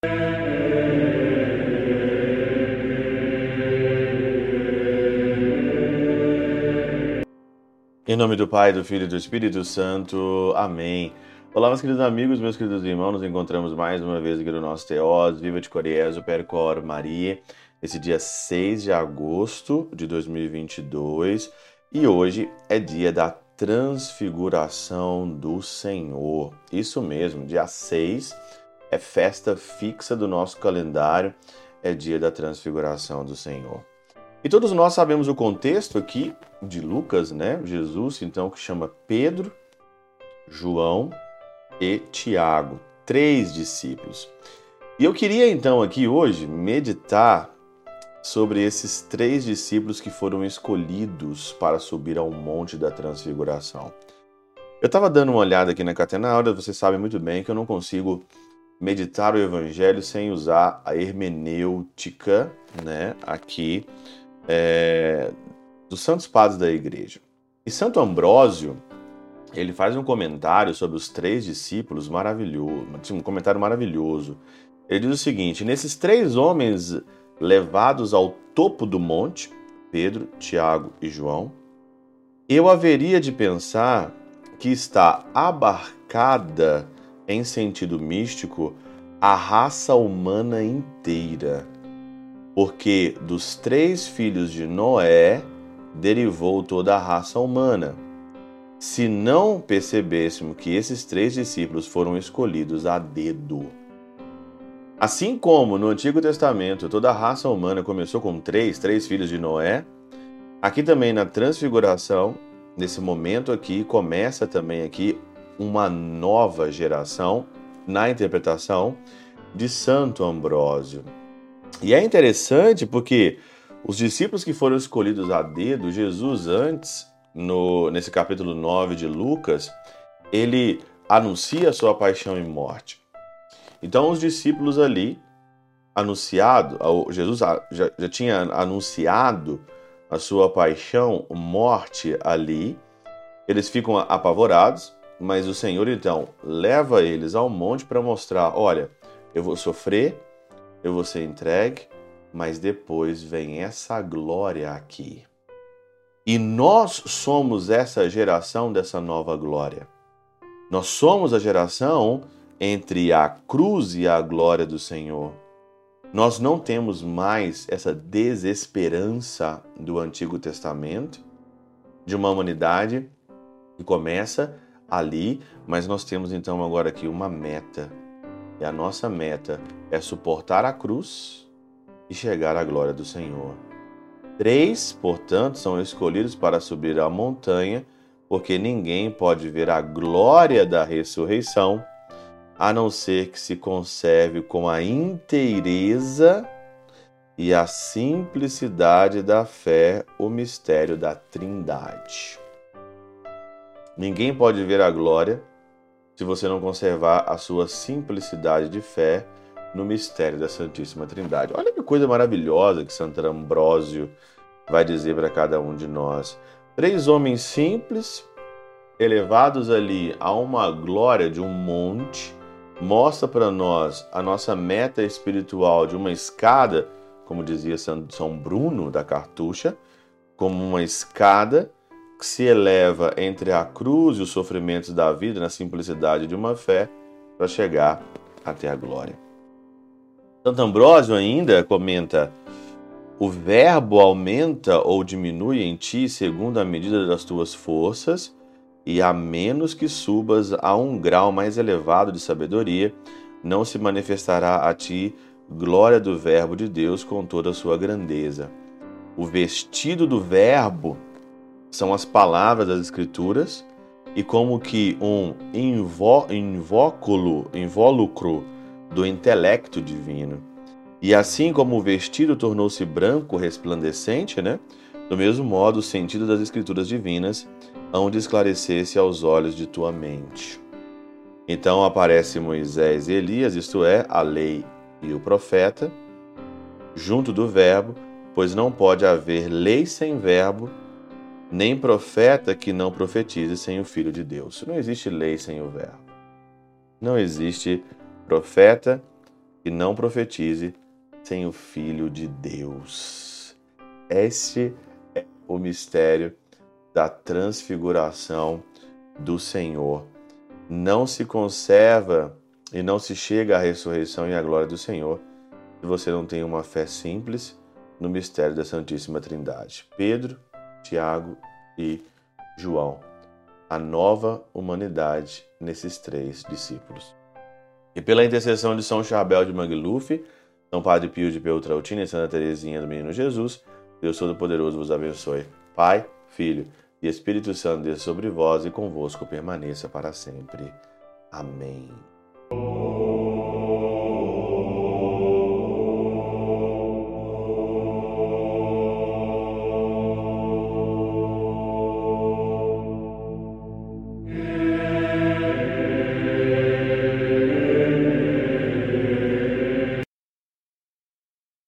Em nome do Pai, do Filho e do Espírito Santo. Amém. Olá, meus queridos amigos, meus queridos irmãos, nos encontramos mais uma vez aqui no nosso Teós, Viva de Coriésio, Percor Maria, nesse dia 6 de agosto de 2022, e hoje é dia da Transfiguração do Senhor. Isso mesmo, dia 6 é festa fixa do nosso calendário, é dia da Transfiguração do Senhor. E todos nós sabemos o contexto aqui de Lucas, né? Jesus, então, que chama Pedro, João e Tiago, 3 discípulos. E eu queria, então, aqui hoje, meditar sobre esses 3 discípulos que foram escolhidos para subir ao Monte da Transfiguração. Eu estava dando uma olhada aqui na Catenáurea, vocês sabem muito bem que eu não consigo meditar o Evangelho sem usar a hermenêutica, né? Aqui, dos Santos Padres da Igreja. E Santo Ambrósio, ele faz um comentário sobre os 3 discípulos maravilhoso, um comentário maravilhoso. Ele diz o seguinte: nesses 3 homens levados ao topo do monte, Pedro, Tiago e João, eu haveria de pensar que está abarcada, em sentido místico, a raça humana inteira. Porque dos 3 filhos de Noé derivou toda a raça humana. Se não percebêssemos que esses 3 discípulos foram escolhidos a dedo. Assim como no Antigo Testamento toda a raça humana começou com 3 filhos de Noé, aqui também na Transfiguração, nesse momento aqui, começa também aqui uma nova geração na interpretação de Santo Ambrósio. E é interessante porque os discípulos que foram escolhidos a dedo, Jesus antes, nesse capítulo 9 de Lucas, ele anuncia a sua paixão e morte. Então os discípulos ali, Jesus já tinha anunciado a sua paixão, morte ali, eles ficam apavorados, mas o Senhor então leva eles ao monte para mostrar, olha, eu vou sofrer, eu vou ser entregue, mas depois vem essa glória aqui. E nós somos essa geração dessa nova glória. Nós somos a geração entre a cruz e a glória do Senhor. Nós não temos mais essa desesperança do Antigo Testamento, de uma humanidade que começa ali, mas nós temos então agora aqui uma meta. E a nossa meta é suportar a cruz e chegar à glória do Senhor. 3, portanto, são escolhidos para subir a montanha, porque ninguém pode ver a glória da ressurreição, a não ser que se conserve com a inteireza e a simplicidade da fé o mistério da Trindade. Ninguém pode ver a glória se você não conservar a sua simplicidade de fé no mistério da Santíssima Trindade. Olha que coisa maravilhosa que Santo Ambrósio vai dizer para cada um de nós. 3 homens simples, elevados ali a uma glória de um monte, mostra para nós a nossa meta espiritual de uma escada, como dizia São Bruno da Cartucha, como uma escada que se eleva entre a cruz e os sofrimentos da vida na simplicidade de uma fé para chegar até a glória. Santo Ambrósio ainda comenta: o verbo aumenta ou diminui em ti segundo a medida das tuas forças, e a menos que subas a um grau mais elevado de sabedoria, não se manifestará a ti glória do verbo de Deus com toda a sua grandeza. O vestido do verbo são as palavras das Escrituras, e como que um invólucro do intelecto divino. E assim como o vestido tornou-se branco, resplandecente, né? Do mesmo modo, o sentido das Escrituras divinas hão de esclarecer-se aos olhos de tua mente. Então aparece Moisés e Elias, isto é, a lei e o profeta, junto do verbo, pois não pode haver lei sem verbo, nem profeta que não profetize sem o Filho de Deus. Não existe lei sem o verbo. Não existe profeta que não profetize sem o Filho de Deus. Este é o mistério da transfiguração do Senhor. Não se conserva e não se chega à ressurreição e à glória do Senhor se você não tem uma fé simples no mistério da Santíssima Trindade. Pedro, Tiago e João. A nova humanidade nesses 3 discípulos. E pela intercessão de São Charbel de Mangluf, São Padre Pio de Peltrautina e Santa Teresinha do Menino Jesus, Deus Todo-Poderoso vos abençoe. Pai, Filho e Espírito Santo desça sobre vós e convosco permaneça para sempre. Amém.